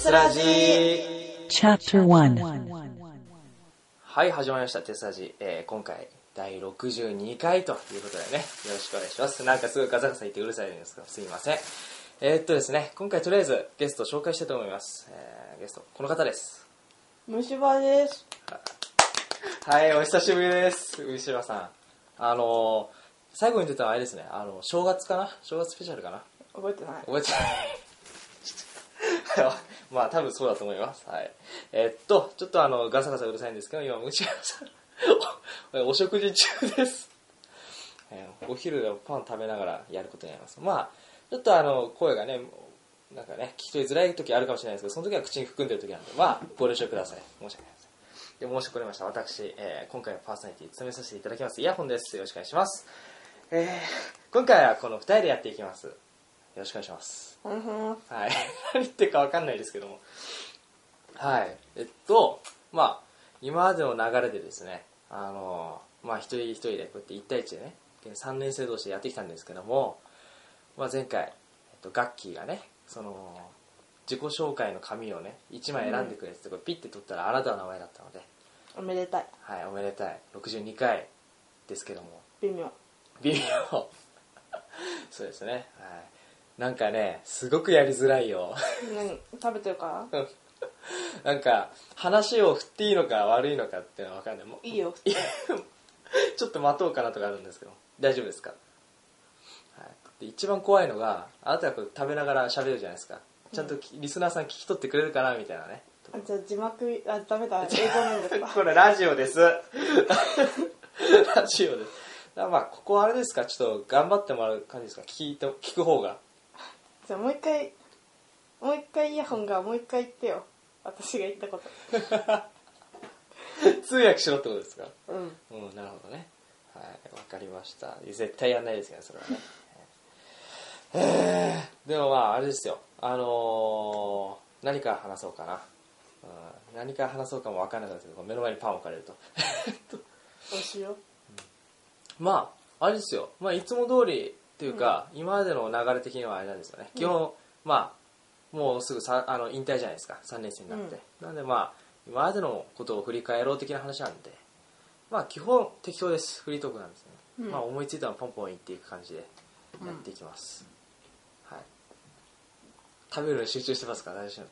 スラジ Chapter 1. はい、始まりましたテスラジ、今回第62回ということでね、よろしくお願いします。なんかすごいガサガサ言ってうるさいんですがすいません。ですね、今回とりあえずゲストを紹介したいと思います。ゲストこの方です。 虫歯です。 はい、お久しぶりです。牛島さん。最後に出たのはあれですね、正月かな、正月スペシャルかな、 覚えてない。 覚えてないまあ多分そうだと思います。はい。ちょっとガサガサうるさいんですけど、今虫山さんお食事中です。お昼でパン食べながらやることになります。まあちょっと声がね、なんかね聞き取りづらい時あるかもしれないですけど、その時は口に含んでる時なんで、まあご了承ください。申し訳ないです。で、申し遅れました。私、今回のパーソナリティ務めさせていただきますイヤホンです。よろしくお願いします。今回はこの2人でやっていきます。よろしくお願いします。はい。何言ってるか分かんないですけども。はい。まあ、今までの流れでですね、まあ、一人一人でこうやって1対1でね、3年生同士でやってきたんですけども、まあ、前回、ガッキーがね、自己紹介の紙をね、1枚選んでくれて、これピッて取ったらあなたの名前だったので、 おめでたい。 はい、おめでたい。62回ですけども。 微妙。 そうですね。はい。なんかね、すごくやりづらいよ。 食べてるからなんか、話を振っていいのか悪いのかっていうのは分かんない。もういいよ。 ちょっと待とうかなとかあるんですけど、大丈夫ですか？はい。で、一番怖いのが、あなたがこれ食べながら喋るじゃないですか。ちゃんとリスナーさん聞き取ってくれるかなみたいなね。 じゃあ字幕、ダメだ。英語なんだから。 これラジオです。ラジオです。まあ、ここはあれですか、ちょっと頑張ってもらう感じですか、聞く方が。 じゃあもう一回イヤホンがもう一回言ってよ。私が言ったこと。 通訳しろってことですか？ うん。 うん、なるほどね。はい、わかりました。絶対やんないですけど、それはね。でもまあ、あれですよ。何から話そうかな。何から話そうかもわからなかったけど、目の前にパンを置かれると。 美味しいよ。 まあ、あれですよ。まあ、いつも通りっていうか、今までの流れ的にはあれなんですよね。基本、まあ、もうすぐ引退じゃないですか。3年生になって。なんでまあ、今までのことを振り返ろう的な話なんで、まあ、基本適当です。フリートークなんですね。まあ、思いついたのポンポン言っていく感じでやっていきます。はい。食べるのに集中してますか？大丈夫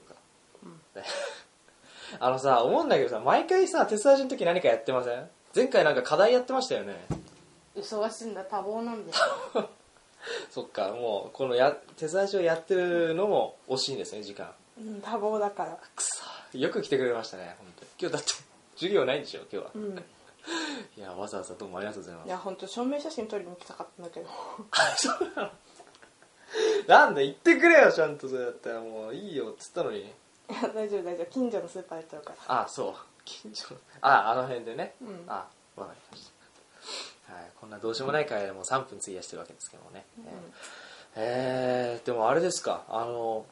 ですか？さ、思うんだけどさ、毎回さ、テスラジの時何かやってません？前回なんか課題やってましたよね。 忙しいんだ。多忙なんだよ。 そっか、もうこの手伝いをやってるのも惜しいんですね、時間。 多忙だから。 くそ、よく来てくれましたね、本当に。今日だって授業ないんでしょ、今日は。いや、わざわざどうもありがとうございます。 いや、本当証明写真撮りに来たかったんだけど。 そうなの？なんで言ってくれよ、ちゃんと。そうやったらもういいよっつったのに。 いや、大丈夫。近所のスーパーで撮るから。 あ、そう。近所の。あの辺でね。あ、わかりました。はい、こんなどうしようもない会でもう3分費やしてるわけですけどもね。でもあれですか、あ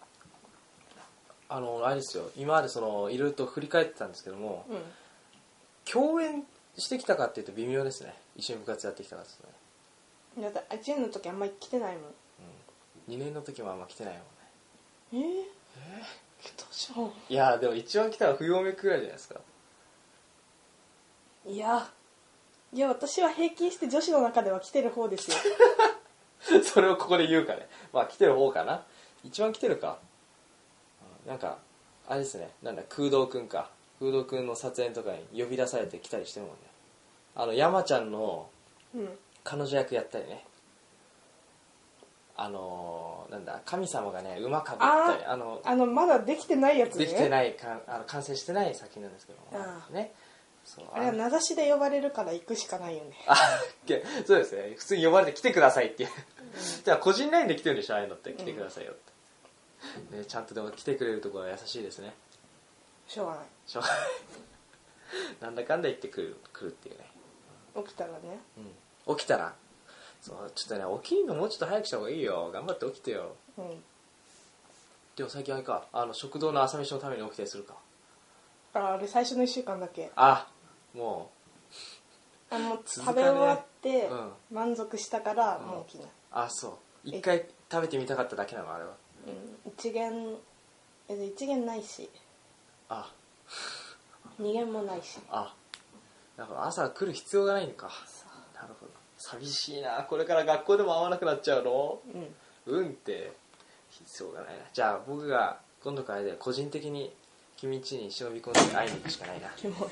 れですよ、今までいろいろと振り返ってたんですけども、共演してきたかっていうと微妙ですね。一緒に部活やってきたかですね。 だって1年の時あんまり来てないもん。 2年の時もあんま来てないもんね。 どうしよう。 いやでも一番来たのは冬めくらいじゃないですか。 いや私は平均して女子の中では来てる方ですよ。 それをここで言うかね。まあ来てる方かな。一番来てるか。なんかあれですね、なんだ、空洞くんか。空洞くんの撮影とかに呼び出されて来たりしてるもんね。山ちゃんの彼女役やったりね。なんだ、神様がね馬かぶったり、 まだできてないやつね。 できてない完成してない作品なんですけどもね。そう、 あれは名指しで呼ばれるから行くしかないよね。 そうですね、普通に呼ばれて来てくださいっていう、じゃあ個人 LINE で来てるんでしょ、ああいうのって。来てくださいよって、ね、ちゃんとでも来てくれるところは優しいですね。 しょうがない。 しょうがないなんだかんだ言って来るっていうね。 起きたらね、 起きたらそう、ちょっとね、起きるのもうちょっと早くした方がいいよ。頑張って起きてよ。でも最近あれか、食堂の朝飯のために起きたりするか。 あれ最初の1週間だけ。 もう食べ終わって満足したからもう起きない。 そう、一回食べてみたかっただけなの、あれは。 一元 1限ないしあ 2限もないし。 だから朝来る必要がないのか。なるほど。寂しいな。これから学校でも会わなくなっちゃうの。って必要がないな。じゃあ僕が今度からで個人的に君ん家に忍び込んで会いに行くしかないな。 キモい。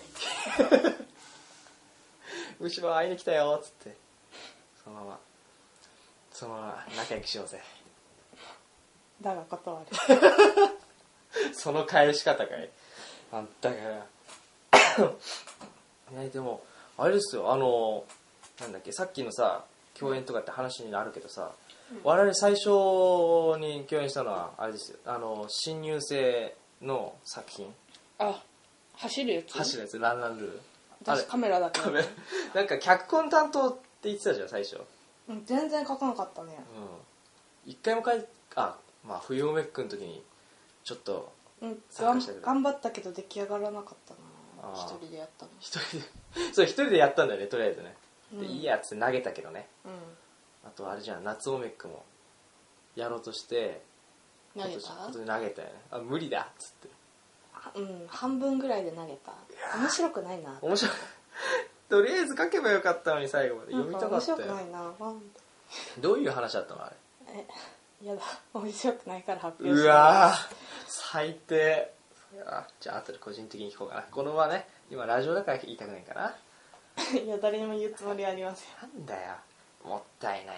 虫歯会いに来たよっつってそのまま仲良くしようぜ。 だが断る。 その返し方かい。だからでもあれですよ、なんだっけ、さっきのさ共演とかって話になるけどさ、我々最初に共演したのはあれですよ、新入生の作品。 走るやつ。 走るやつ、ランランルー。 私カメラだけど。 なんか脚本担当って言ってたじゃん最初。 全然書かなかったね。 一回も冬おめっくんの時にちょっと参加したけど、 頑張ったけど出来上がらなかったな。一人でやったの。 一人でやったんだよね、とりあえずね。でいいやつって投げたけどね。あとあれじゃん、夏おめっくんもやろうとして投げたよね。無理だっつって。 半分ぐらいで投げた。面白くないな。 面白い。とりあえず書けばよかったのに最後まで読みたかったよ。 面白くないな。 どういう話だったのあれ。 やだ、面白くないから発表した。 うわー最低。じゃあ後で個人的に聞こうかな。このままね、今ラジオだから言いたくないかな。 いや、誰にも言うつもりはありません。 なんだよ、もったいない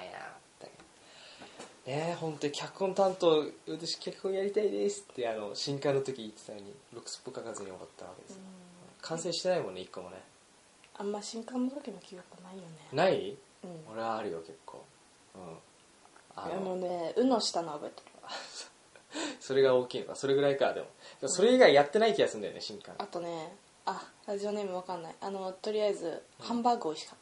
な。本当に脚本担当、私脚本やりたいですって新刊の時言ってたのにロクスポ書かずに終わったわけですよ。完成してないもんね、一個もね。 あんま新刊の時の記憶ないよね。 ない？俺はあるよ結構。 の下の覚えてる。 それが大きいのか。それぐらいか。でもそれ以外やってない気がするんだよね、新刊。 あとね、ラジオネームわかんない。とりあえずハンバーグ美味しかった。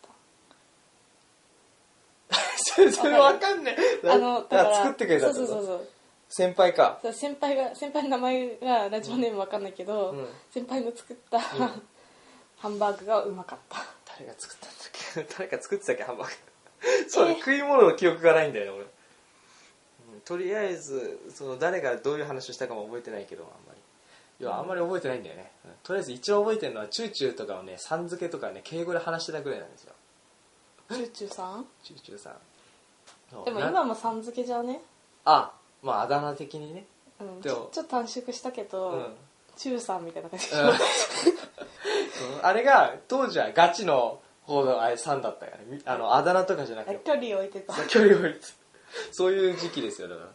それわかんねえ。だから作ってくれたってこと？そう先輩か。 先輩の名前がラジオネームわかんないけど、先輩の作ったハンバーグがうまかった。 誰が作ったんだっけ。誰が作ってたっけ、ハンバーグ。そう食い物の記憶がないんだよね俺。とりあえず誰がどういう話をしたかも覚えてないけど、あんまり覚えてないんだよね。とりあえず一応覚えてるのはチューチューとかをね、さん付けとかね、敬語で話してたぐらいなんですよ。 チューチューさん？ チューチューさん。 でも今もさん付けじゃね？ あだ名的にね。 ちょっと短縮したけど、チューさんみたいな感じ。 あれが当時はガチの方のあれさんだったからね。あだ名とかじゃなくて距離置いてた。 距離置いてそういう時期ですよ。だから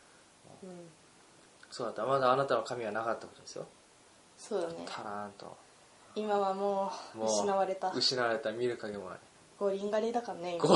そうだった。まだあなたの髪はなかったことですよ。 そうだね。 タラーンと。 今はもう失われた。 見る影もない。 ゴリンガリだからね。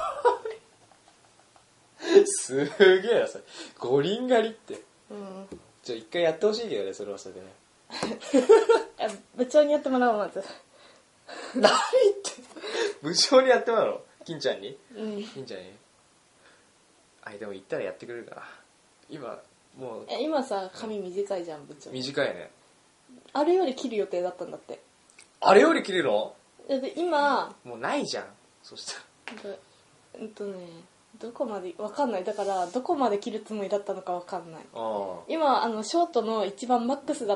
すげえなそれ。ゴリンガリって。一回やってほしいけどね、それはそれでね。 部長にやってもらおう、まず。 何言って部長にやってもらうの？金ちゃんに？金ちゃんに。でも言ったらやってくれるかな。今さ、髪短いじゃん、部長。 短いね。あれより切る予定だったんだって。 あれより切るの？ で今もうないじゃん。そしたらどこまでわかんない。だからどこまで切るつもりだったのかわかんない。今ショートの一番マックスだった、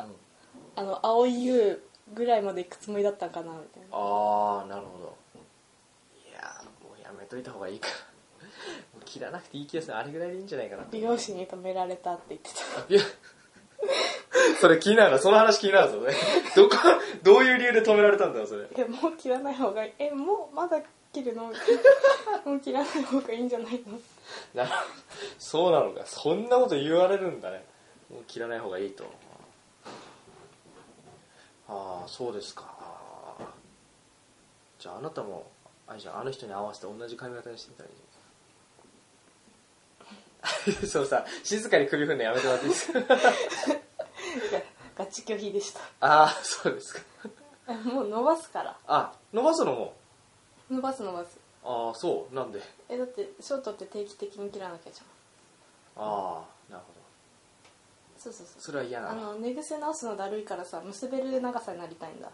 青い優ぐらいまで行くつもりだったんかなみたいな。 なるほど。いやもうやめといた方がいいからもう切らなくていい気がする。あれぐらいでいいんじゃないかな。 美容師に止められたって言ってた。 それ気になるな。その話気になるぞね。どういう理由で止められたんだよそれ。 もう切らない方がいい。もうまだ切るの？もう切らない方がいいんじゃないの？ そうなのか。そんなこと言われるんだね。もう切らない方がいいと。そうですか。じゃああなたもあの人に合わせて同じ髪型にしてみたらいいじゃん。そうさ、静かに首振るのやめてもらっていいですか？ ガチ拒否でした。 そうですか。 もう伸ばすから。 伸ばすのも伸ばす。 そうなんで。 だってショートって定期的に切らなきゃじゃん。 なるほど。 そうそれは嫌なの。 寝癖直すのだるいからさ、結べる長さになりたいんだ。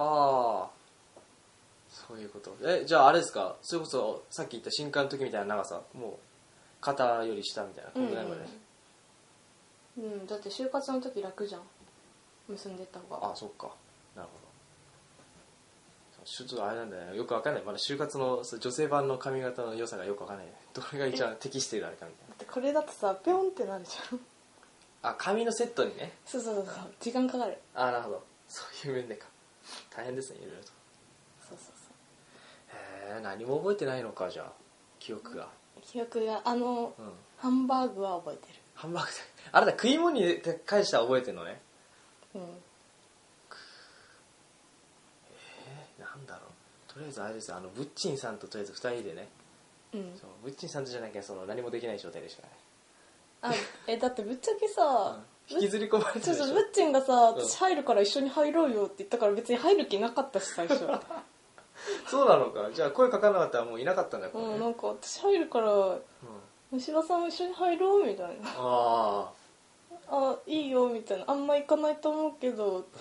そういうこと。じゃああれですか、それこそさっき言った新刊の時みたいな長さ、もう肩より下みたいな、このぐらいまで。 うんだって就活の時楽じゃん結んでった方が。 あそっかなるほど。ちょっとあれなんだよねよくわかんないまだ就活の女性版の髪型の良さがよくわかんないねどれが一番適しているあれかみたいな。 だってこれだとさピョンってなるじゃんあ髪のセットにね。 そうそうそう時間かかる。 あなるほどそういう面でか大変ですねいろいろと。 そうそうそうへえ何も覚えてないのかじゃあ記憶が。 記憶がうんハンバーグは覚えてハンバーグであれだ食い物に関しては覚えてるのね。 る。 なんだろうとりあえずあれですよブッチンさんととりあえず2人でね、 うんそうブッチンさんとじゃなきゃその何もできない状態でしたね。 だってぶっちゃけさ、 引きずり込まれてるでしょ。 そうそうブッチンがさ私入るから一緒に入ろうよって言ったから別に入る気なかったし最初そうなのかじゃあ声かからなかったらもういなかったんだよこれね、 なんか私入るから吉田さんも一緒に入ろうみたいなあいいよみたいなあんま行かないと思うけどって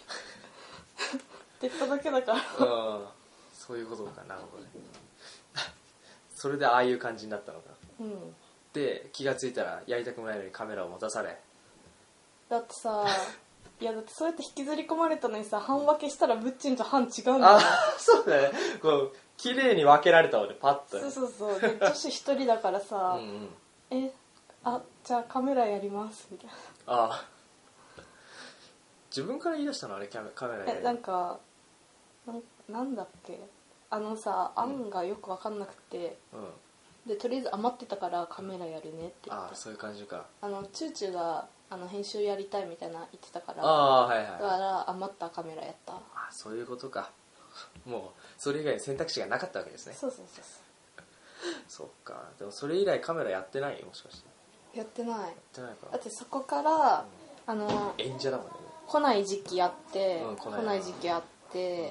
言っただけだからあそういうことかなるほどねそれでああいう感じになったのか。 うんで気がついたらやりたくもないのにカメラを持たされ。 だってさいやだってそうやって引きずり込まれたのにさ半分けしたらブッチンと半違うんだよ。 そうだねこう綺麗に分けられたわねパッと。 そうそうそうで女子一人だからさうんうんじゃあカメラやりますみたいあ自分から言い出したのあれカメラやるななんかなんだっけ案がよく分かんなくてうんでとりあえず余ってたからカメラやるねって言ってそういう感じか。 チューチューが編集やりたいみたいな言ってたからはいはいだから余ったカメラやった。 そういうことか。もうそれ以外に選択肢がなかったわけですね。 そうそうそうそっかでもそれ以来カメラやってないもしかして。 やってない。 やってないかだってそこから演者だもんね。 来ない時期あって、来ない時期あって、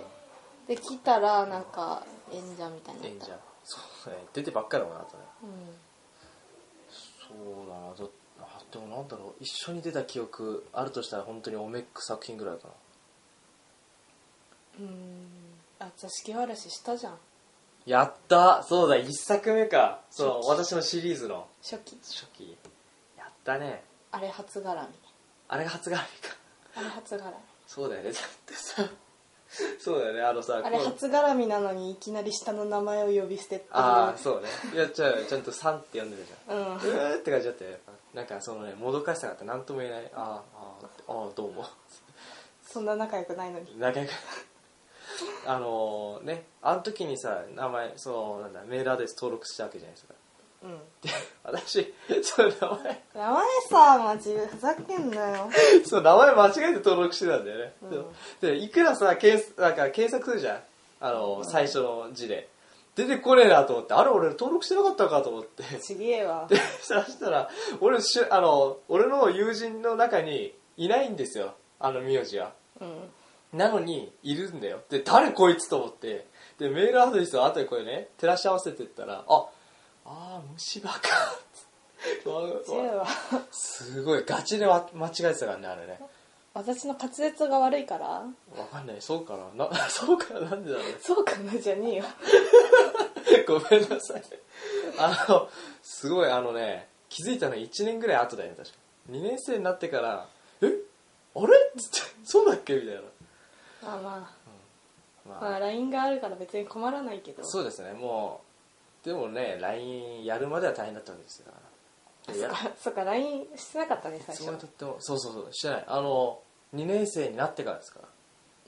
で来たらなんか演者みたいになった。 演者そうね出てばっかりだもんなとね。 うんそうだなでもなんだろう一緒に出た記憶あるとしたら本当にオメック作品ぐらいかな。 座敷わらししたじゃん。 やったそうだ1作目かそう私のシリーズの初期やったね。 あれ初絡み。 あれが初絡みか。 あれ初絡み。 そうだよねだってさそうだよねあれ初絡みなのにいきなり下の名前を呼び捨てっていう。 そうねいやちゃんと「さん」って呼んでるじゃんって感じだってなんかそのねもどかしさがあって何とも言えないどうもそんな仲良くないのに仲良くあの時にさ名前なんだメールアドレス登録したわけじゃないですか。で私その名前さマジふざけんなよそう名前間違えて登録してたんだよね、でいくらさなんか検索するじゃん最初の字で出てこねえなと思って俺登録してなかったかと思ってちげえわでそしたら俺の友人の中にいないんですよ名字は、なのにいるんだよ。で誰こいつと思ってでメールアドレスを後でこれね照らし合わせてったら虫歯かすごいガチで間違えてたからねあれね。 私の滑舌が悪いからわかんないそうかなそうかななんでだろうねそうかなじゃねえよごめんなさいすごい気づいたの1年ぐらい後だよね確か2年生になってからあれっつってそうだっけみたいな。 まあ LINE があるから別に困らないけど。 そうですねもうでもね LINE やるまでは大変だったわけですよ。 そっか LINE してなかったね最初。 そうしてない2年生になってからですから。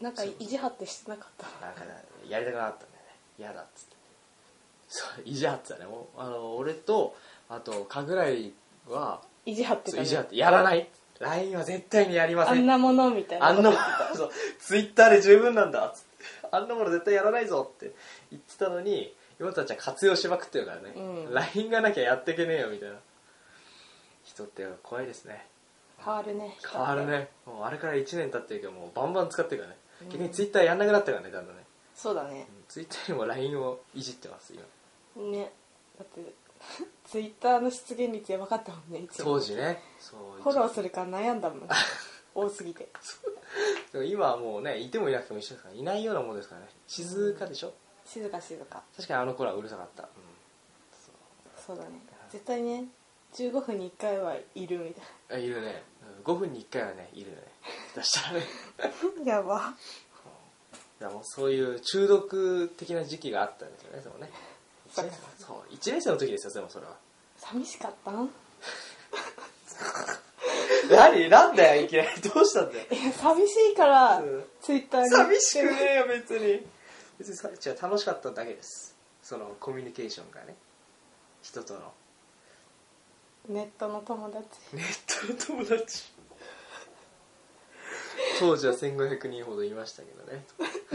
なんか意地張ってしてなかった。 なんかやりたくなかったんだよね嫌だっつってそう意地張ってたね俺とあと神楽井は意地張ってたね。 意地張ってやらない LINE は絶対にやりませんあんなものみたいな。 そうツイッターで十分なんだっつってあんなもの絶対やらないぞって言ってたのに今たちは活用しまくってるからね、LINE がなきゃやっていけねえよみたいな人って怖いですね。 変わるねもうあれから1年経ってるけどもうバンバン使ってるからね、逆にツイッターやんなくなったからねだんだんね。 そうだね、 ツイッターよりも LINE をいじってます今ね。だってツイッターの出現率やばかったもんね当時ね。 フォローするから悩んだもん多すぎてでも今はもうねいてもいなくても一緒ですからいないようなもんですからね。静かでしょ、 静か確かに頃はうるさかった、 そうだね絶対ね 15分に1回はいるみたいいるね、5分に1回はねいるね出したらねなやば。 いやもうそういう中毒的な時期があったんですよね。でもね1年生の時ですよ。でもそれは寂しかったん？ なんだよいきなりどうしたんだよ。 いや寂しいからツイッターに寂しくねえよ別に。別に違う、楽しかっただけです。そのコミュニケーションがね、人との。 ネットの友達。 ネットの友達当時は1500人ほどいましたけどね。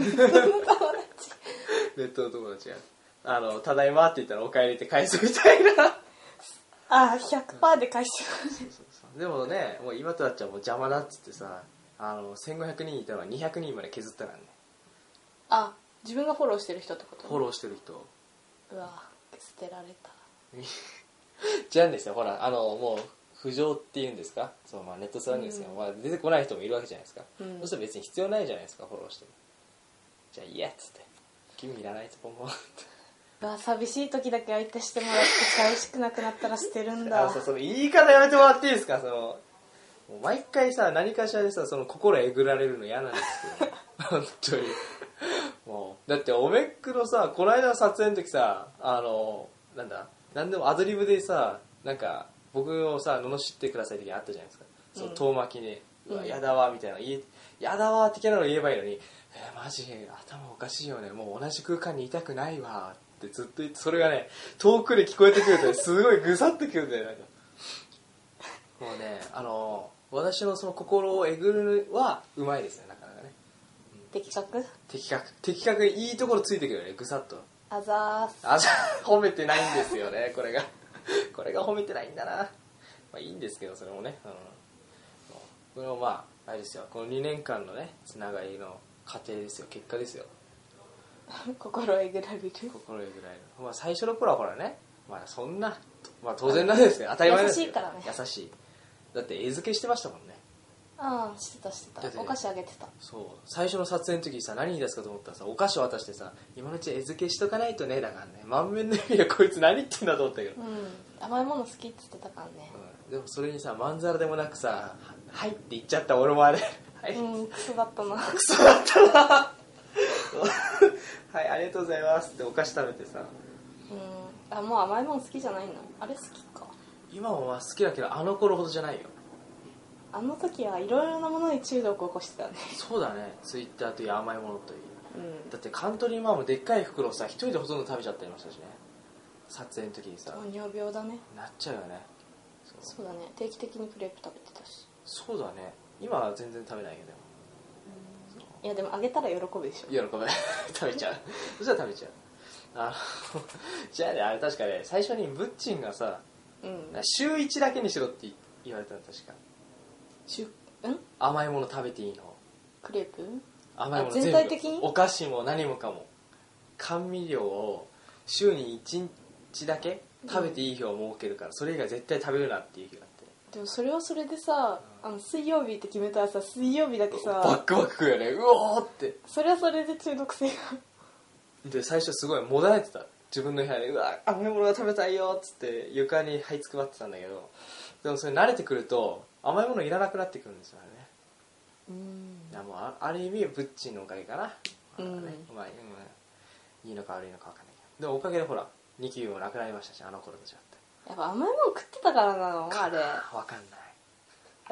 ネットの友達がただいまって言ったらお帰りって返すみたいな。 あ、100% で返しちゃう。 そうでもね、もう今となっちゃもう邪魔だっつってさ、1500人いたのは200人まで削ったからね。 あ、自分がフォローしてる人ってこと？ フォローしてる人。 うわ、捨てられた。 違うんですよ。ほらもう浮上っていうんですか、そう、ネットスラングですが、出てこない人もいるわけじゃないですか、そしたら別に必要ないじゃないですか、フォローしても。じゃあいいやっつって、君いらないとポンポンって。 うわ、寂しい時だけ相手してもらって寂しくなくなったら捨てるんだ。 その言い方やめてもらっていいですか。もう毎回さ、何かしらでさ、その心えぐられるの嫌なんですよ本当にもうだってオメックのさ、この間の撮影の時さ、なんでもアドリブでさ、なんか僕をさ罵ってください的にあったじゃないですか、その遠巻きに、うわやだわみたいな、やだわ的なのを言えばいいのに、マジ頭おかしいよね、もう同じ空間にいたくないわってずっと言って、それがね遠くで聞こえてくるとね、すごいぐさってくるんだよ。なんかもうね、私のその心をえぐるはうまいですね、なかなかね。 的確いいところついてくるよね、ぐさっと。 あざーす。 褒めてないんですよね、これが褒めてないんだな。まあいいんですけど、それもね、これもまああれですよ、この2年間のねつながりの過程ですよ、結果ですよ。 心えぐられる。 まあ最初の頃はほらね、まあそんな、まあ当然なんですけど、当たり前ですよ。 優しいからね。 優しい。だって絵付けしてましたもんね。 ああ、してた。お菓子あげてた。 そう、最初の撮影の時さ、何言い出すかと思ったらさ、お菓子渡してさ、今のうち絵付けしとかないとね、だからね、満面の笑みでこいつ何言ってんだと思ったけど、 甘いもの好きって言ってたからね。 でもそれにさ、まんざらでもなくさ、はいって言っちゃった俺もあれ、はい、 クソだったなはい、ありがとうございますってお菓子食べてさ、 あ、もう甘いもの好きじゃないの？あれ好きか。 今もまあ好きだけど、あの頃ほどじゃないよ。 あの時はいろいろなものに中毒を起こしてたね。 そうだね、ツイッターという甘いものという、だってカントリーマームでっかい袋をさ、一人でほとんど食べちゃってましたしね、撮影の時にさ。 糖尿病だね。 なっちゃうよね。 そうだね、定期的にクレープ食べてたし。 そうだね、今は全然食べないけど。 いやでもあげたら喜ぶでしょ。 喜ぶ食べちゃうそしたら食べちゃう。じゃあね、あれ確かね、最初にブッチンがさ、週1だけにしろって言われたの確か。甘いもの食べていいの。 クレープ？ 甘いもの全体的に？ お菓子も何もかも甘味料を週に1日だけ食べていい日を設けるから、それ以外絶対食べるなっていう日があって。 でもそれはそれでさ、水曜日って決めたらさ、水曜日だけさバックバック食うよね、うおーって。 それはそれで中毒性がで最初すごいもだえてた、自分の部屋で。うわ甘いものが食べたいよっつって床に這いつくばってたんだけど、でもそれ慣れてくると甘いものいらなくなってくるんですよね。いやもうある意味ブッチンのおかげかな。まあ、いいのか悪いのか分かんないけど、でもおかげでほらニキビもなくなりましたし、あの頃と違って。 やっぱ甘いもの食ってたからなのあれ。 分かんない。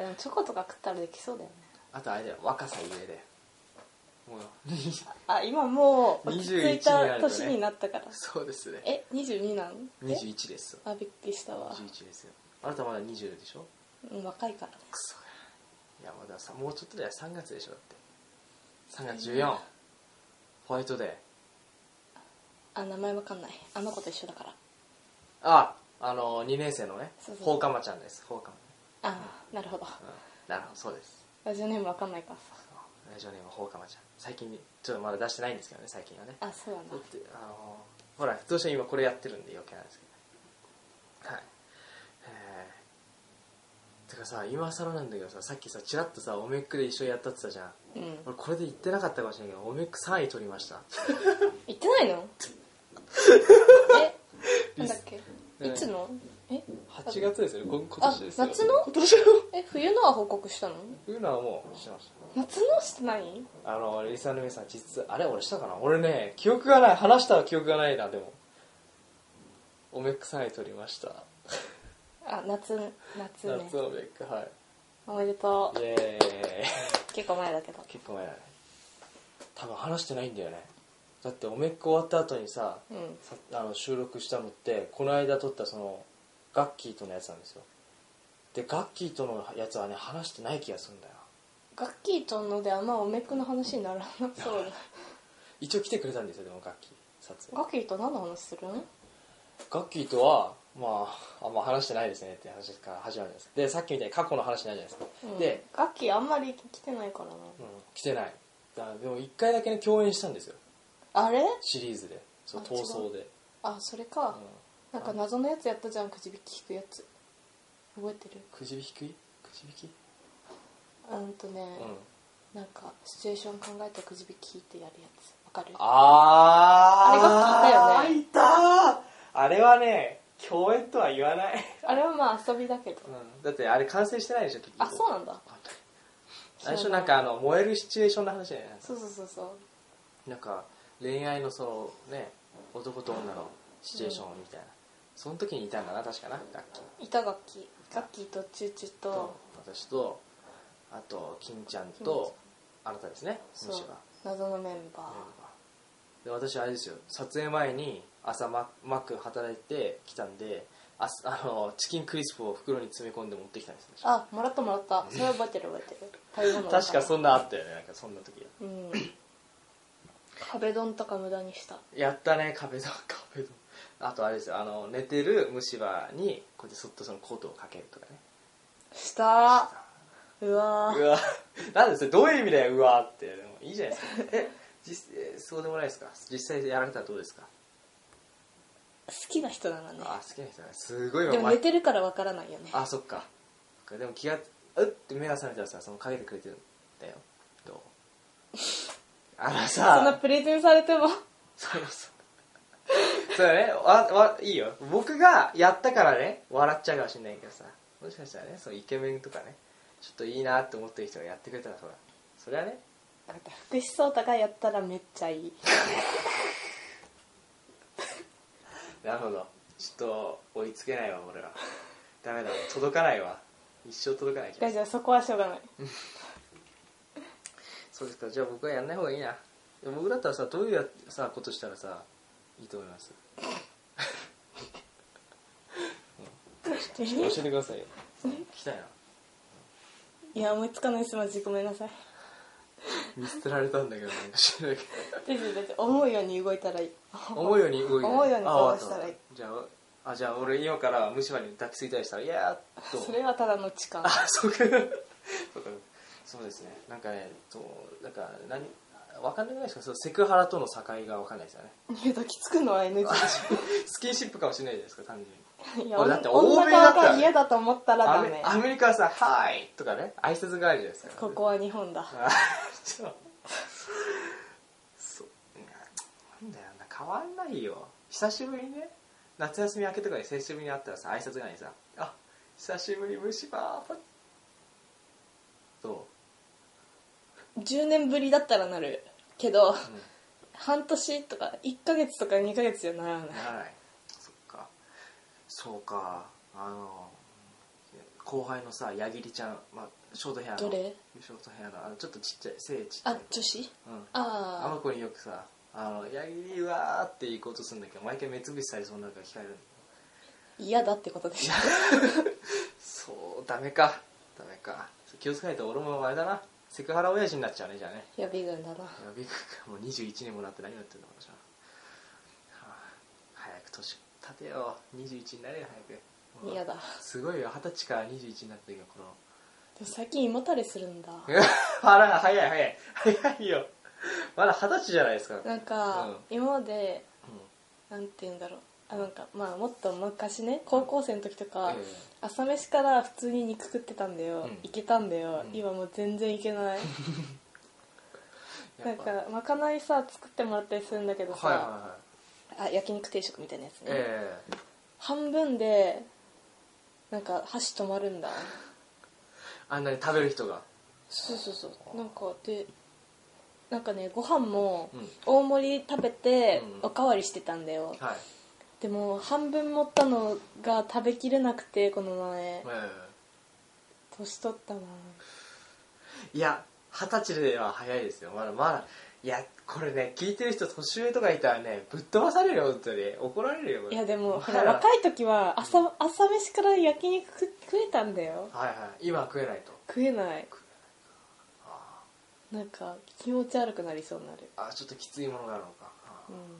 でもチョコとか食ったらできそうだよね。 あとあれだよ、若さゆえでもう今もう落ち着いた 21 年になったから。 そうですね。 22なの ？21です。 びっくりしたわ。 21ですよ。あなたまだ20でしょ。 若いからね。 クソ。いやまださ、もうちょっとで3月でしょ。だって3月14、ホワイトデー。名前わかんない。あの子と一緒だから。 2年生のね、 そう放課間ちゃんです。放課間。なるほど。 なるほど、そうです。 ラジオネームわかんないからさ。 ラジオネーム放課間ちゃん、最近ちょっとまだ出してないんですけどね、最近はね。 そうなんだ。 ほらどうしても今これやってるんで余計なんですけど、はい。てかさ、今更なんだけどさ、さっきさチラッとさオメックで一緒にやったって言ったじゃん。俺これで言ってなかったかもしれないけど、オメック3位取りました言ってないの？なんだっけ？いつの？ 8月ですよね、今年ですよ。 夏の今年の冬のは報告したの？ 冬のはもうしてました。 夏のしてない？ リスナーの皆さん、実はあれ俺したかな、俺ね記憶がない、話した記憶がないな。でもオメックさんに撮りました。 夏ね。 夏オメック、はい、 おめでとう。 イエーイ結構前だけど。 結構前だね。多分話してないんだよね。だってオメック終わった後にさ、収録したのってこの間撮ったそのガッキーとのやつなんですよ。でガッキーとのやつはね話してない気がするんだよ。 ガッキーとのであんまおめくの話にならなそうだ。 一応来てくれたんですよ。でもガッキー撮影。 ガッキーと何の話するの？ ガッキーとはあんま話してないですねって話から始まるんです。でさっきみたいに過去の話ないじゃないですか、でガッキーあんまり来てないからな。 来てない。でも1回だけね共演したんですよ、 あれシリーズで。そう、逃走で。 それか、なんか謎のやつやったじゃん、くじ引き引くやつ。覚えてる？ くじ引きなんかシチュエーション考えてくじ引き引いてやるやつ、わかる？ あれが聞いたよね。 いた。あれはね共演とは言わない。 あれはまあ遊びだけど、 だってあれ完成してないでしょ結局。 そうなんだ。 最初なんか燃えるシチュエーションの話じゃない。 そうなんか恋愛のそのね男と女のシチュエーションみたいな、その時にいたんだな確かな。ガッキーいた。ガッキーとチューチュと私とあと金ちゃんとあなたですね。 そう謎のメンバーで、私あれですよ、撮影前に朝マック働いてきたんで、チキンクリスプを袋に詰め込んで持ってきたんですよ。 もらったそれは覚えてる食べ物確かそんなあったよね。なんかそんな時壁ドンとか無駄にした。 やったね。壁ドン。あとあれですよ、寝てる虫歯にこうやってそっとそのコートをかけるとかね。 したうわなんでそれどういう意味だようわって。でもいいじゃないですか。そうでもないですか。実際やられたらどうですか。 好きな人ならね。 好きな人ならすごい。 でも寝てるからわからないよね。 そっか。でも気がって目が覚めたらさ、そのかけてくれてるんだよ。どうそんなプレゼンされてもそうだね。いいよ。僕がやったからね笑っちゃうかもしれないけどさ、もしかしたらね、そのイケメンとかねちょっといいなって思ってる人がやってくれたら、ほらそれはね。 福士蒼汰がやったらめっちゃいい。 なるほど。ちょっと追いつけないわ俺は。ダメだ、届かないわ。一生届かない気がする。 じゃあそこはしょうがないそうですか。じゃあ僕はやんない方がいいな。僕だったらさ、どういうことしたらさいいと思います？教えてくださいよ。聞きたいな。 いや思いつかないです。マジごめんなさい。 見捨てられたんだけど、なんか知らないけど。 だって思うように動いたらいい。 思うように動いたらいい。 思うように顔したらいい。 じゃあ俺今から虫歯に抱きついたりしたら、いやーっと。 それはただの痴漢。 そうですね。なんかね、なんかわかんないですか。セクハラとの境がわかんないですよね。 いや抱きつくのは NG でしょ。 スキンシップかもしれないじゃないですか、単純に。 いや、だって欧米だったら嫌だと思ったらダメ。 アメリカはさ、はいとかね、挨拶があるじゃないですか。 ここは日本だ。 そうなんだよな、変わんないよ。久しぶりにね、夏休み明けとかに久しぶりに会ったらさ、挨拶がないさ、久しぶり虫歯どう10年ぶりだったらなるけど、半年とか1ヶ月とか2ヶ月じゃならない。 そうか。後輩のさ、矢切ちゃん、ショートヘアの。 どれ？ ショートヘアのちょっとちっちゃい、背ちっちゃい。 女子？ あの子によくさ、矢切わーって行こうとするんだけど、毎回目つぶしされそうになるから聞かれるんだよ。 嫌だってことでしょ。 そう、ダメか。気をつけないと俺もあれだな、セクハラ親父になっちゃうね。じゃあね、 予備軍だな。 予備軍か。もう21年もらって何やってんだ私は。早く年立てよ、21になれよ早く。 嫌だ。 すごいよ、20歳から21になった時のこの。 でも最近胃もたれするんだ。 早いよ。まだ20歳じゃないですか。 なんか、今まで、なんて言うんだろう、なんかもっと昔ね、高校生の時とか、朝飯から普通に肉食ってたんだよ、いけたんだよ、今もう全然いけないなんかまかないさ作ってもらったりするんだけどさ、焼肉定食みたいなやつね、半分でなんか箸止まるんだ。 あんなに食べる人が。 そうなんかでなんかねご飯も大盛り食べておかわりしてたんだよ、 はい。 でも半分持ったのが食べきれなくてこの前、年取ったな。 いや20歳では早いですよ。まだいやこれね聞いてる人年上とかいたらねぶっ飛ばされるよ本当に怒られるよこれ。 いやでもほら若い時は朝飯から焼肉食えたんだよ。 はいはい。今は食えないと。 食えない。なんか気持ち悪くなりそうになる。 ちょっときついものがあるのか。 うん。 本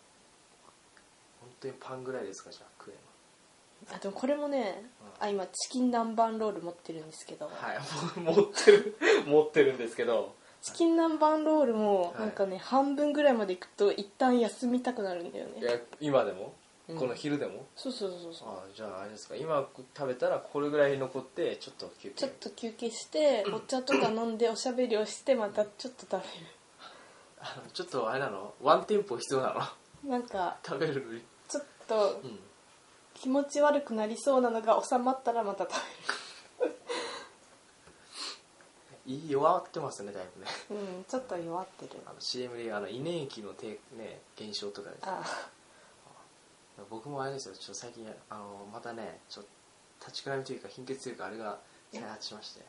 当にパンぐらいですかじゃあ食えるの。 でもこれもね、今チキン南蛮ロール持ってるんですけど、 はい持ってるんですけど、 チキン南蛮ロールもなんかね、半分ぐらいまでいくと一旦休みたくなるんだよね。 いや今でも、この昼でも。 そうじゃああれですか、今食べたらこれぐらい残ってちょっと休憩してお茶とか飲んでおしゃべりをしてまたちょっと食べる。 ちょっとあれなの、ワンテンポ必要なの。 なんか食べるのにちょっと気持ち悪くなりそうなのが収まったらまた食べる。 弱ってますねだいぶね。 ちょっと弱ってる。 CM で胃粘液の減少とかです、ね、僕もあれですよ、ちょっと最近またねちょっと立ちくらみというか貧血というかあれが再発しまして。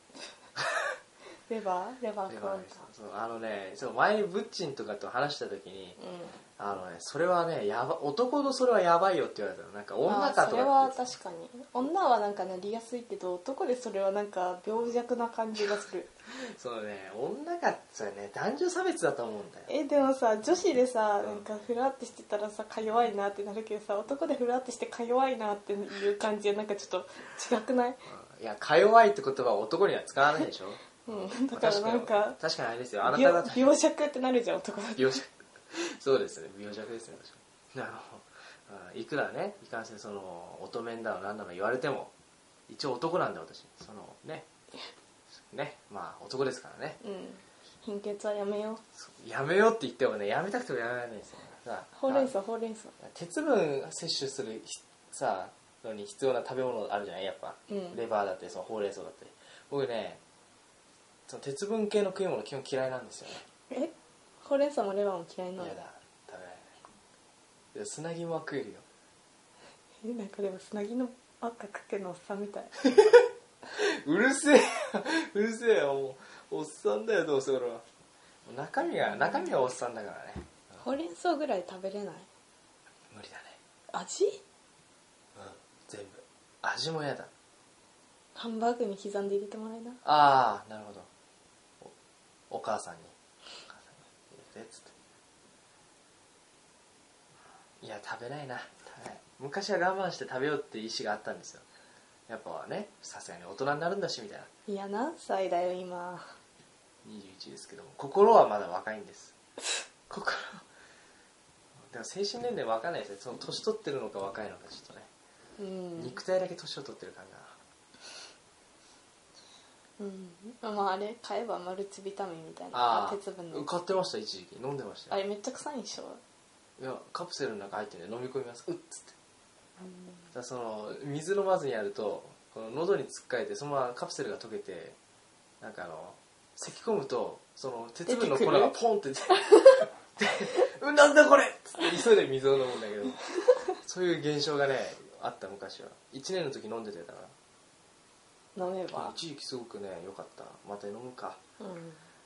レバーそう前にブッチンとかと話した時に、それはね男とそれはやばいよって言われたの。なんか女かとかって。 それは確かに女はなんかなりやすいけど男でそれはなんか病弱な感じがする。 そうね、女かってそれね男女差別だと思うんだよ。 でもさ女子でさなんかフラってしてたらさか弱いなってなるけどさ、男でフラってしてか弱いなっていう感じでなんかちょっと違くない？ いやか弱いって言葉は男には使わないでしょ。 だからなんか確かにあれですよ、あなた方病弱ってなるじゃん男だって。 病弱そうですね、病弱ですね。いくらねいかんせんその乙女だのなんだの言われても一応男なんだ私。まあ男ですからね。 貧血はやめよう。やめようって言ってもねやめたくてもやめられないですよ。 ほうれん草鉄分摂取するのに必要な食べ物あるじゃないやっぱ、レバーだってそのほうれん草だって。僕ねその鉄分系の食い物基本嫌いなんですよね。 ほうれん草もレバーも嫌いなの？ 嫌だ、食べられない。砂肝は食えるよ。 なんかでも砂肝ばっか食ってんのおっさんみたい。 うるせえよもうおっさんだよどうせ俺は。中身がおっさんだからね。 ほうれん草ぐらい食べれない？ 無理だね。 味？ 全部味も嫌だ。 ハンバーグに刻んで入れてもらえな。 なるほど。お母さんに入れてっつって。いや食べないな。昔は我慢して食べようって意思があったんですよ。やっぱねさすがに大人になるんだしみたいな。 いや何歳だよ今。 21ですけども心はまだ若いんです。心でも精神年齢分かんないですね。その年取ってるのか若いのかちょっとね、肉体だけ年を取ってる感が。 あれ買えばマルチビタミンみたいな鉄分の買ってました一時期。飲んでましたよ。 あれめっちゃ臭いんでしょ？ いやカプセルの中入ってるんで飲み込みます。うっつって、だその水飲まずにやるとこの喉につっかえてそのままカプセルが溶けてなんか咳込むとその鉄分の粉がポンってなんだこれっつって急いで水を飲むんだけどそういう現象がねあった昔は。1年の時飲んでてだから飲めば一時期すごくね良かった。また飲むか。やだな、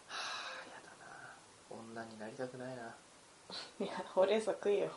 女になりたくないな。 いやほうれん草食いよ。 好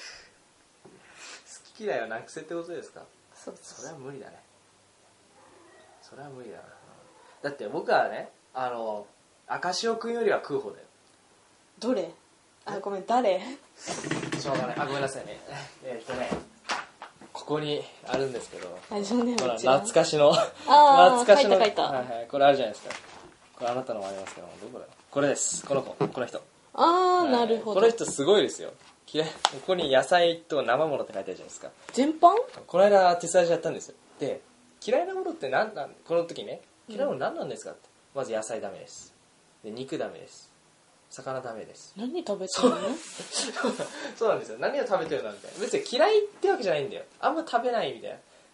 き嫌いはなくせってことですか？ それは無理だね。それは無理だな。だって僕はね赤潮くんよりは食う方だよ。 どれ？ごめん誰？ しょうがない。ごめんなさいね。ここにあるんですけど、懐かしの書いた、 これあるじゃないですか。これあなたのもありますけど、どこだ。これです。この人。 なるほど。 この人すごいですよ。ここに野菜と生ものって書いてあるじゃないですか。 全般？ この間手伝いやったんですよ。で嫌いなものってこの時ね嫌いなもの何なんですかって。まず野菜ダメです。で肉ダメです。魚ダメです。 何食べてるの？ そうなんですよ。何を食べてるなんて別に嫌いってわけじゃないんだよ。あんま食べないみたいな。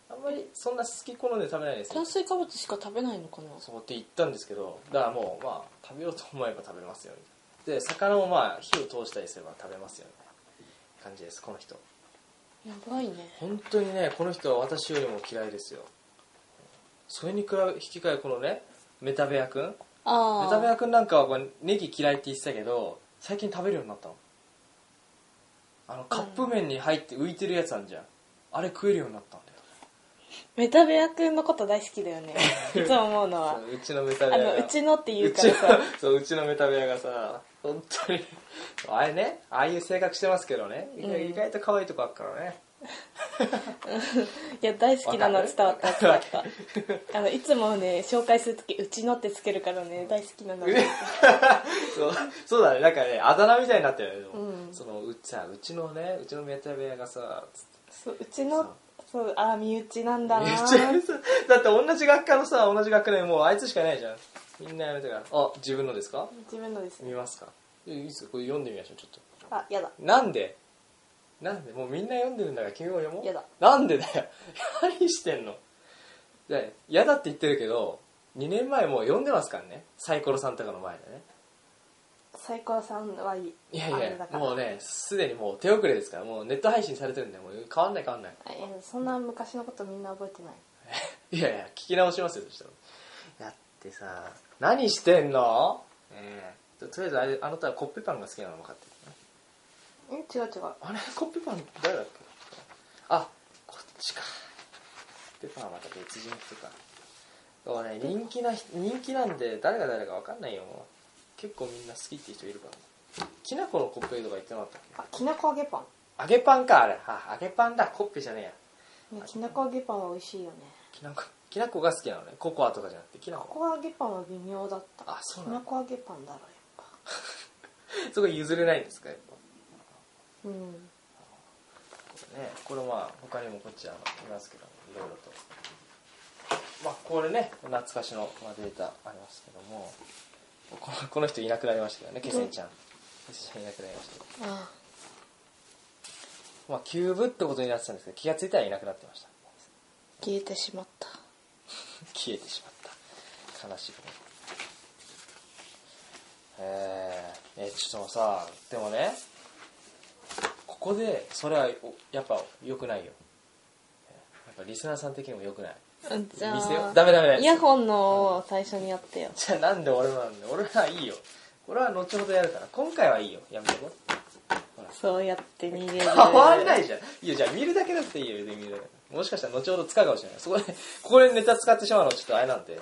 あんまりそんな好き好んで食べないですよ。 炭水化物しか食べないのかな。 そうって言ったんですけど、だからもうまあ食べようと思えば食べますよみたいな。で魚もまあ火を通したりすれば食べますよみたいな感じです。この人やばいね。 本当にね、この人は私よりも嫌いですよ。それに引き換えこのねメタベア君、メタベア君なんかはネギ嫌いって言ってたけど最近食べるようになったの。カップ麺に入って浮いてるやつあるじゃん、あれ食えるようになったんだよ。 メタベア君のこと大好きだよね。いつも思うのはうちのメタベアがうちのって言うからさうちのメタベアがさ本当にあれね、ああいう性格してますけどね、意外と可愛いとこあるからねいや大好きなの伝わったいつもね紹介するときうちのってつけるからね大好きなのそうだね、なんかねあだ名みたいになってるよね、 うん、 そのうちのメタベアがさそううちのそう身内なんだなだって同じ学科のさ同じ学年もうあいつしかいないじゃん。みんなやめてから。あ、自分のですか？ 自分のです。 見ますか？いいですよ、これ読んでみましょうちょっと。 あ、やだ。 なんでもうみんな読んでるんだから君も読もう。 やだ。 なんでだよ何してんの。でやだって言ってるけど2年前もう読んでますからね、サイコロさんとかの前でね。 サイコロさんはいい。 いやもうねすでにもう手遅れですから、もうネット配信されてるんでもう変わんない。 そんな昔のことみんな覚えてないいや聞き直しますよ。そしたらやってさ何してんの、とりあえずあなたはコッペパンが好きなの分かってる、 違うあれコッペパン誰だっけ。あ、こっちか。コッペパンはまた別人っていうか、だからね人気なんで誰が誰か分かんないよ。もう結構みんな好きって人いるから。きなこのコッペとか言ってなかったっけ。 きなこ揚げパン。 揚げパンかあれ。揚げパンだ、コッペじゃねえや。 きなこ揚げパンは美味しいよね。 きなこが好きなのね。ココアとかじゃなくてきなこ。 ココア揚げパンは微妙だった。 あ、そうなの。 きなこ揚げパンだろやっぱそこ譲れないんですかやっぱ。 うん。 これまあ他にもこっちいますけどいろいろと。まあこれね懐かしのデータありますけども、この人いなくなりましたけどね、ケセンちゃん。ケセンちゃんいなくなりましたけど。まあキューブってことになってたんですけど気がついたらいなくなってました。 消えてしまった消えてしまった悲しいこと。ちょっとさでもねここでそれはやっぱ良くないよ。やっぱリスナーさん的にも良くない。 じゃあ見せよ。ダメイヤホンの最初にやってよ。 じゃあなんで俺のなんで。俺はいいよ。俺は後ほどやるから。今回はいいよ。やめとこう。 そうやって逃げる。 変わんないじゃん。いいよ、じゃあ見るだけだっていいよ。見るだけ。もしかしたら後ほど使うかもしれない。ここでネタ使ってしまうのちょっとあれなんで。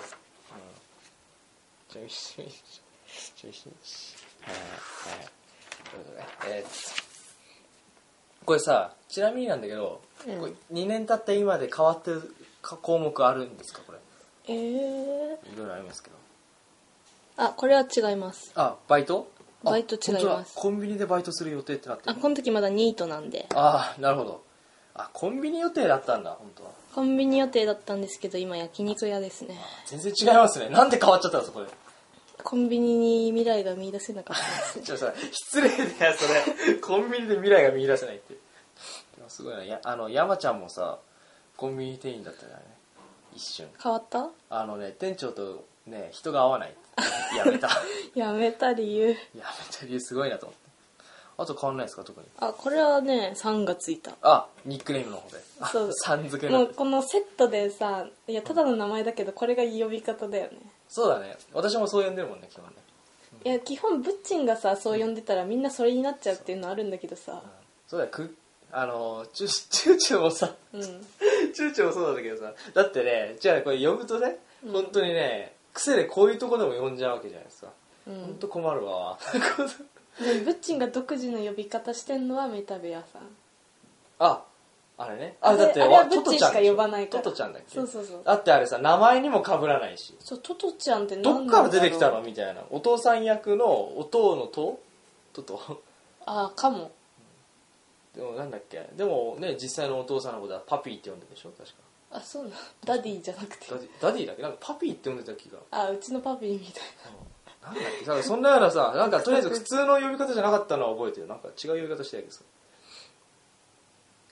これさ、ちなみになんだけど、これ2年経った今で変わってる項目あるんですかこれ。いろいろありますけど。 これは違います。 バイト？ バイト違います。 コンビニでバイトする予定ってなってる。 この時まだニートなんで。 なるほど。コンビニ予定だったんだ本当は。 コンビニ予定だったんですけど今焼肉屋ですね。 全然違いますね。なんで変わっちゃったのそこで。 コンビニに未来が見出せなかったです。 ちょっとさ失礼だよそれ。コンビニで未来が見出せないって。すごいな。山ちゃんもさコンビニ店員だったじゃないね。一瞬。 変わった？ 店長とね人が合わない。やめた。 やめた理由すごいなと思って。あと変わんないですか特に。 これはね3がついた。 ニックネームの方で。 そうさん付けの。 もうこのセットでさ、いやただの名前だけどこれが呼び方だよね。 そうだね。私もそう呼んでるもんね基本ね。 いや基本ブッチンがさそう呼んでたらみんなそれになっちゃうっていうのあるんだけどさ。 そうだよ。チューチューもさ、チューチューもそうなんだけどさ、だってね、じゃあこれ呼ぶとね、本当にね、癖でこういうとこでも呼んじゃうわけじゃないですか。本当困るわ。 でブッチンが独自の呼び方してんのはメタベアさん。 あれね。だってあれはブッチンしか呼ばないから。 トトちゃんだっけ。 そうだってあれさ、名前にも被らないし。 そう、トトちゃんって何どなんだろう。 っから出てきたのみたいな。お父さん役のお父のトト。 かも。 でもなんだっけ。でもね、実際のお父さんのことはパピーって呼んでるでしょ確か。 そうなの。ダディじゃなくて。 ダディだっけ。なんかパピーって呼んでた気が。 うちのパピーみたいな。なんだっけ。だからそんなようなさ、なんかとりあえず普通の呼び方じゃなかったのは覚えてる。なんか違う呼び方してるけどさ。ね、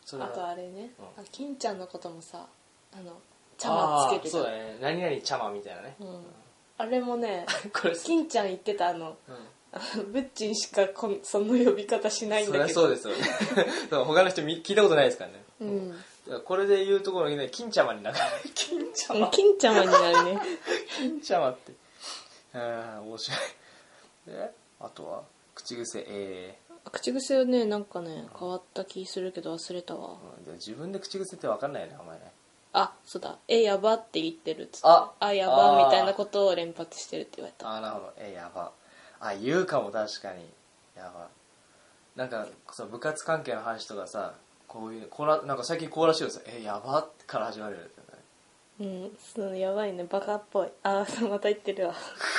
それはあとあれね、金ちゃんのこともさ茶葉つけるそうだね、何々茶葉みたいなね、 あれもねこれ金ちゃん言ってたブッチンしかその呼び方しないんだけど。 そうですよね他の人聞いたことないですからね、これで言うところにね、金茶葉になる金茶葉になるね金茶葉って面白いで、あとは口癖口癖はね、なんかね変わった気するけど忘れたわ、 でも自分で口癖って分かんないよね、お前ね。 そうだ、やばって言ってるっつってやばみたいなことを連発してるって言われた。 なるほど、やば言うかも、確かにやば。なんかその部活関係の話とかさ、こういうなんか最近こうらしいよさ、やばってから始まるよね。 そのやばいね、バカっぽい。また言ってるわ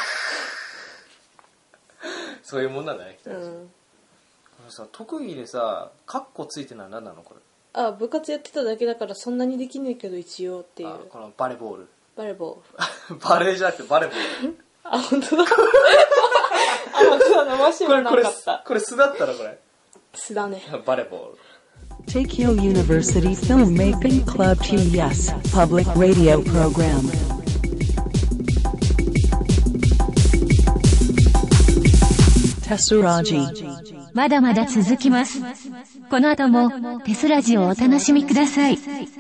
そういうもんなんだね、これさ、特技でさカッコついてるのは何なのこれ。 部活やってただけだからそんなにできないけど一応っていう。 このバレーボールバレーじゃなくてバレーボール本当だ本当だ、生しもなかった。 これ素だったらこれ素だね。 バレーボール。 Tokyo University Filmmaking Club TES Public Radio Program Tesuraji まだまだ続きます。この後もテスラジをお楽しみください。